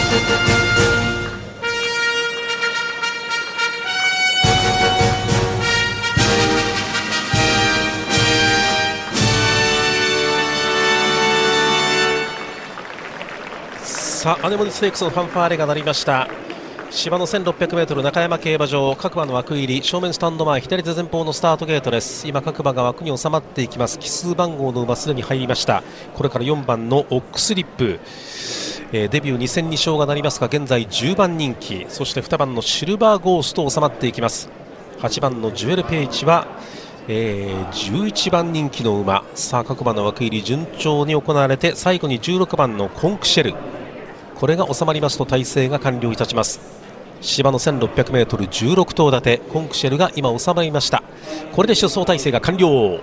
さあアネモネステークスのファンファーレが鳴りました。芝の 1600m 中山競馬場、各馬の枠入り、正面スタンド前左手前方のスタートゲートです。今各馬が枠に収まっていきます。奇数番号の馬すでに入りました。これから4番のオックスリップ、デビュー2戦2勝がなりますが現在10番人気、そして2番のシルバーゴースト収まっていきます。8番のジュエルペイチは11番人気の馬。さあ各馬の枠入り順調に行われて、最後に16番のコンクシェル、これが収まりますと体制が完了いたします。芝の 1600m16 頭立て、コンクシェルが今収まりました。これで出走体制が完了。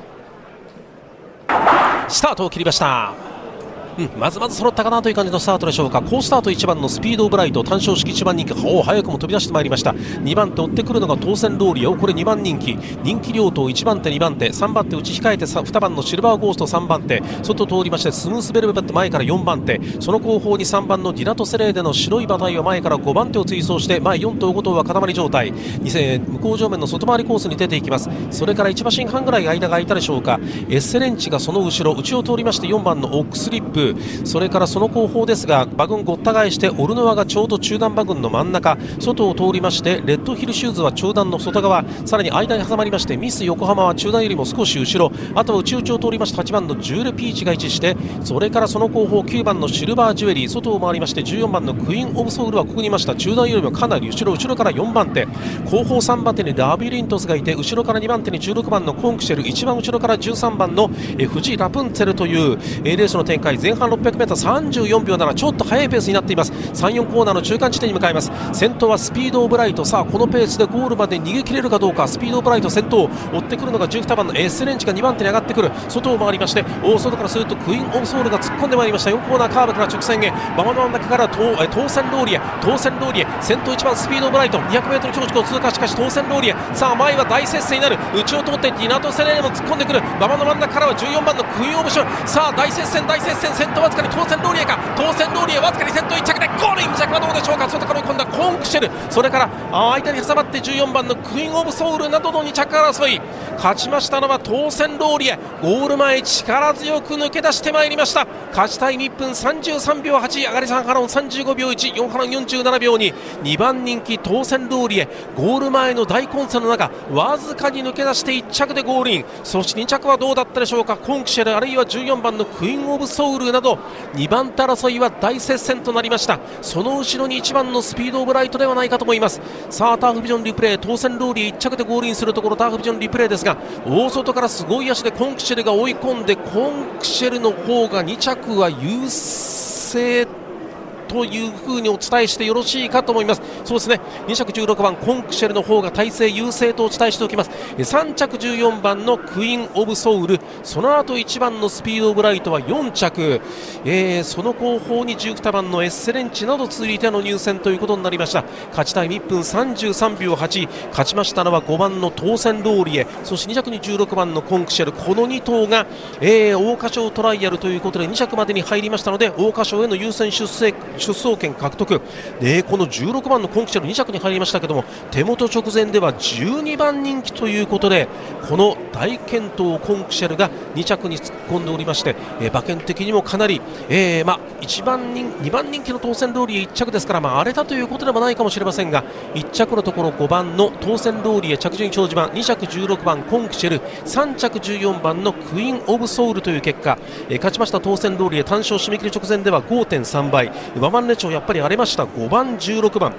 スタートを切りました。まずまず揃ったかなという感じのスタートでしょうか。好スタート1番のスピードオブライト、単勝式1番人気、早くも飛び出してまいりました。2番手追ってくるのが当選ローリア、これ2番人気、人気両党1番手2番手、3番手内控えて2番のシルバーゴースト3番手、外通りましてスムースベルベット前から4番手、その後方に3番のディラトセレーデの白い馬体は前から5番手を追走して、前4頭5頭は固まり状態、向こう上面の外回りコースに出ていきます。それから1馬身半ぐらい間が空いたでしょうか。エッセレンチがその後ろ内を通りまして、4番のオックスリップ、それからその後方ですが馬群ごった返して、オルノワがちょうど中段馬群の真ん中、外を通りましてレッドヒルシューズは中段の外側、さらに間に挟まりましてミス横浜は中段よりも少し後ろ、あとは内々を通りまして8番のジュエルピーチが位置して、それからその後方9番のシルバージュエリー、外を回りまして14番のクイーンオブソウルはここにいました。中段よりもかなり後ろから4番手、後方3番手にラビリントスがいて、後ろから2番手に16番のコンクシェル、一番後ろから13番のフジラプンツェルというレースの展開。前半 600m34秒7、ちょっと速いペースになっています。3、4コーナーの中間地点に向かいます。先頭はスピードオブライト。さあこのペースでゴールまで逃げ切れるかどうか。スピードオブライト先頭、追ってくるのが12番のエッセレンチが2番手に上がってくる。外を回りまして大外からするとクイーンオブソウルが突っ込んでまいりました。4コーナーカーブから直線へ、馬場の真ん中から当選ローリエ、先頭1番スピードオブライト 200m 長軸を通過、しかし当選ローリエ、さあ前は大接戦になる。内を通ってディナトセレーネも突っ込んでくる。馬場の真ん中からは14番のクイーンオブション、さあ大接戦、先頭わずかに当選ローリエか、当選ローリエわずかに先頭1着でゴールイン。着はどうでしょうか。外から追い込んだコンクシェル、それから間に挟まって14番のクイーンオブソウルなどの2着争い。勝ちましたのは当選ローリエ、ゴール前力強く抜け出してまいりました。勝ちタイム1分33秒8、上がり3ハロン35秒1、4ハロン47秒2、2番人気当選ローリエ、ゴール前の大混戦の中わずかに抜け出して1着でゴールイン。そして2着はどうだったでしょうか。コンクシェルあるいは14番のクイーンオブソウルなど2番手争いは大接戦となりました。その後ろに1番のスピードオブライトではないかと思います。さあターフビジョンリプレイ、当選ローリー1着でゴールインするところ、ターフビジョンリプレイですが大外からすごい足でコンクシェルが追い込んで、コンクシェルの方が2着は優勢というふうにお伝えしてよろしいかと思います。そうですね、2着16番コンクシェルの方が体勢優勢とお伝えしておきます。3着14番のクイーンオブソウル、その後1番のスピードオブライトは4着、その後方に12番のエッセレンチなど続いての入選ということになりました。勝ちタイム1分33秒8、勝ちましたのは5番の当選ローリエ、そして2着に16番のコンクシェル、この2頭が、桜花賞トライアルということで2着までに入りましたので桜花賞への優先出走権獲得、この16番のコンクシェル2着に入りましたけども、手元直前では12番人気ということで、この大健闘コンクシェルが2着に突っ込んでおりまして、馬券的にもかなり、2番人気の当選ローリエ1着ですから、荒れたということでもないかもしれませんが、1着のところ5番の当選ローリエ着順表示板、2着16番コンクシェル、3着14番のクイーンオブソウルという結果、勝ちました当選ローリエ単勝締め切り直前では 5.3 倍、馬番列長やっぱり荒れました。5番16番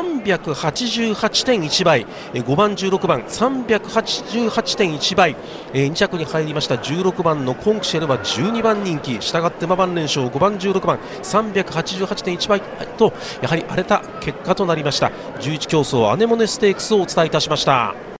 388.1 倍、5番16番 388.1 倍、2着に入りました16番のコンクシェルは12番人気、したがって馬番連勝5番16番 388.1 倍とやはり荒れた結果となりました。11競走アネモネステークスをお伝えいたしました。